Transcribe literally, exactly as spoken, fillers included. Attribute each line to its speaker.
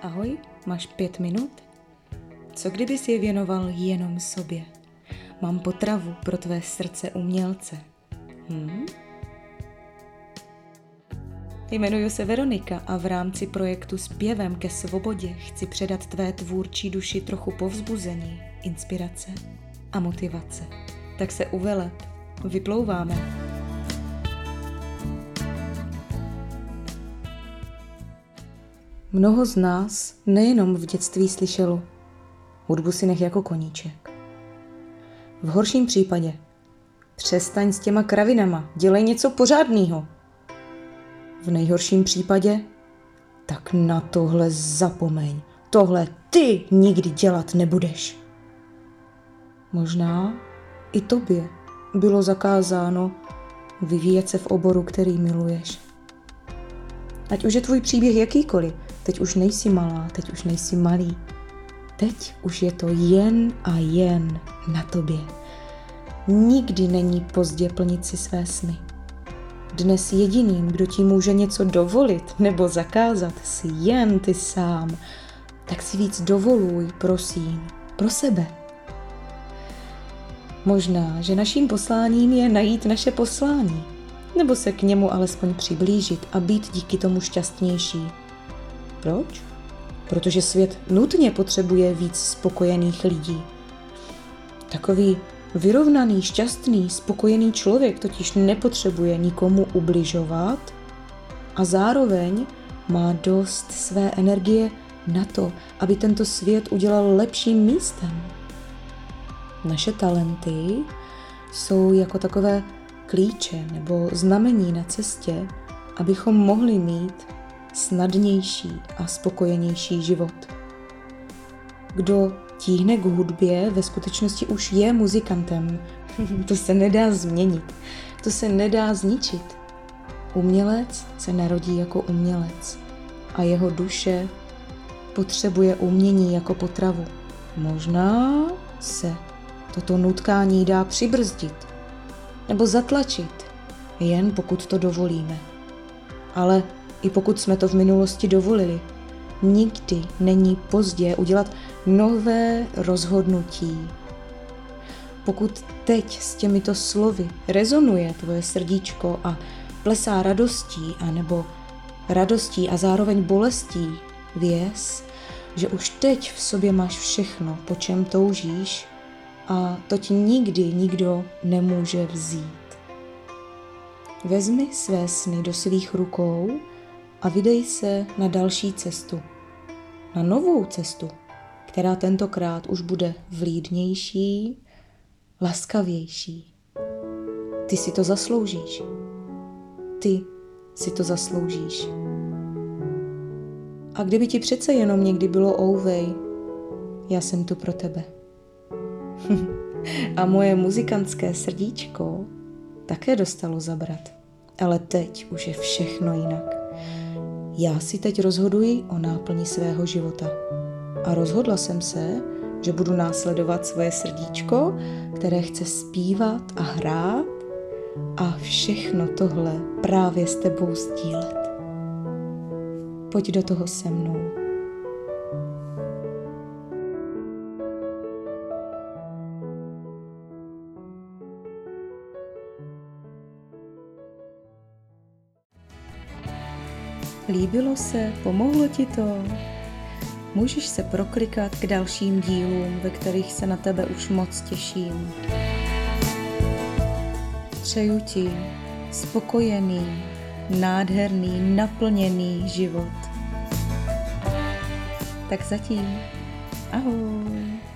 Speaker 1: Ahoj, máš pět minut? Co kdybys je věnoval jenom sobě? Mám potravu pro tvé srdce umělce. Hm? Jmenuji se Veronika a v rámci projektu Zpěvem ke svobodě chci předat tvé tvůrčí duši trochu povzbuzení, inspirace a motivace. Tak se uveleb, vyplouváme. Mnoho z nás nejenom v dětství slyšelo: hudbu si nech jako koníček. V horším případě: přestaň s těma kravinama, dělej něco pořádného. V nejhorším případě: tak na tohle zapomeň, tohle ty nikdy dělat nebudeš. Možná i tobě bylo zakázáno vyvíjet se v oboru, který miluješ. Ať už je tvůj příběh jakýkoliv, teď už nejsi malá, teď už nejsi malý. Teď už je to jen a jen na tobě. Nikdy není pozdě plnit si své sny. Dnes jediným, kdo ti může něco dovolit nebo zakázat, si jen ty sám. Tak si víc dovoluj, prosím, pro sebe. Možná, že naším posláním je najít naše poslání, nebo se k němu alespoň přiblížit a být díky tomu šťastnější. Proč? Protože svět nutně potřebuje víc spokojených lidí. Takový vyrovnaný, šťastný, spokojený člověk totiž nepotřebuje nikomu ubližovat a zároveň má dost své energie na to, aby tento svět udělal lepším místem. Naše talenty jsou jako takové klíče nebo znamení na cestě, abychom mohli mít snadnější a spokojenější život. Kdo tíhne k hudbě, ve skutečnosti už je muzikantem. To se nedá změnit, to se nedá zničit. Umělec se narodí jako umělec a jeho duše potřebuje umění jako potravu. Možná se toto nutkání dá přibrzdit nebo zatlačit, jen pokud to dovolíme. Ale i pokud jsme to v minulosti dovolili, nikdy není pozdě udělat nové rozhodnutí. Pokud teď s těmito slovy rezonuje tvoje srdíčko a plesá radostí, anebo radostí a zároveň bolestí, věz, že už teď v sobě máš všechno, po čem toužíš, a to ti nikdy nikdo nemůže vzít. Vezmi své sny do svých rukou a vydej se na další cestu. Na novou cestu, která tentokrát už bude vlídnější, laskavější. Ty si to zasloužíš. Ty si to zasloužíš. A kdyby ti přece jenom někdy bylo ouvej, já jsem tu pro tebe. A moje muzikantské srdíčko také dostalo zabrat. Ale teď už je všechno jinak. Já si teď rozhoduji o náplni svého života. A rozhodla jsem se, že budu následovat svoje srdíčko, které chce zpívat a hrát a všechno tohle právě s tebou sdílet. Pojď do toho se mnou. Líbilo se? Pomohlo ti to? Můžeš se proklikat k dalším dílům, ve kterých se na tebe už moc těším. Přeju ti spokojený, nádherný, naplněný život. Tak zatím. Ahoj.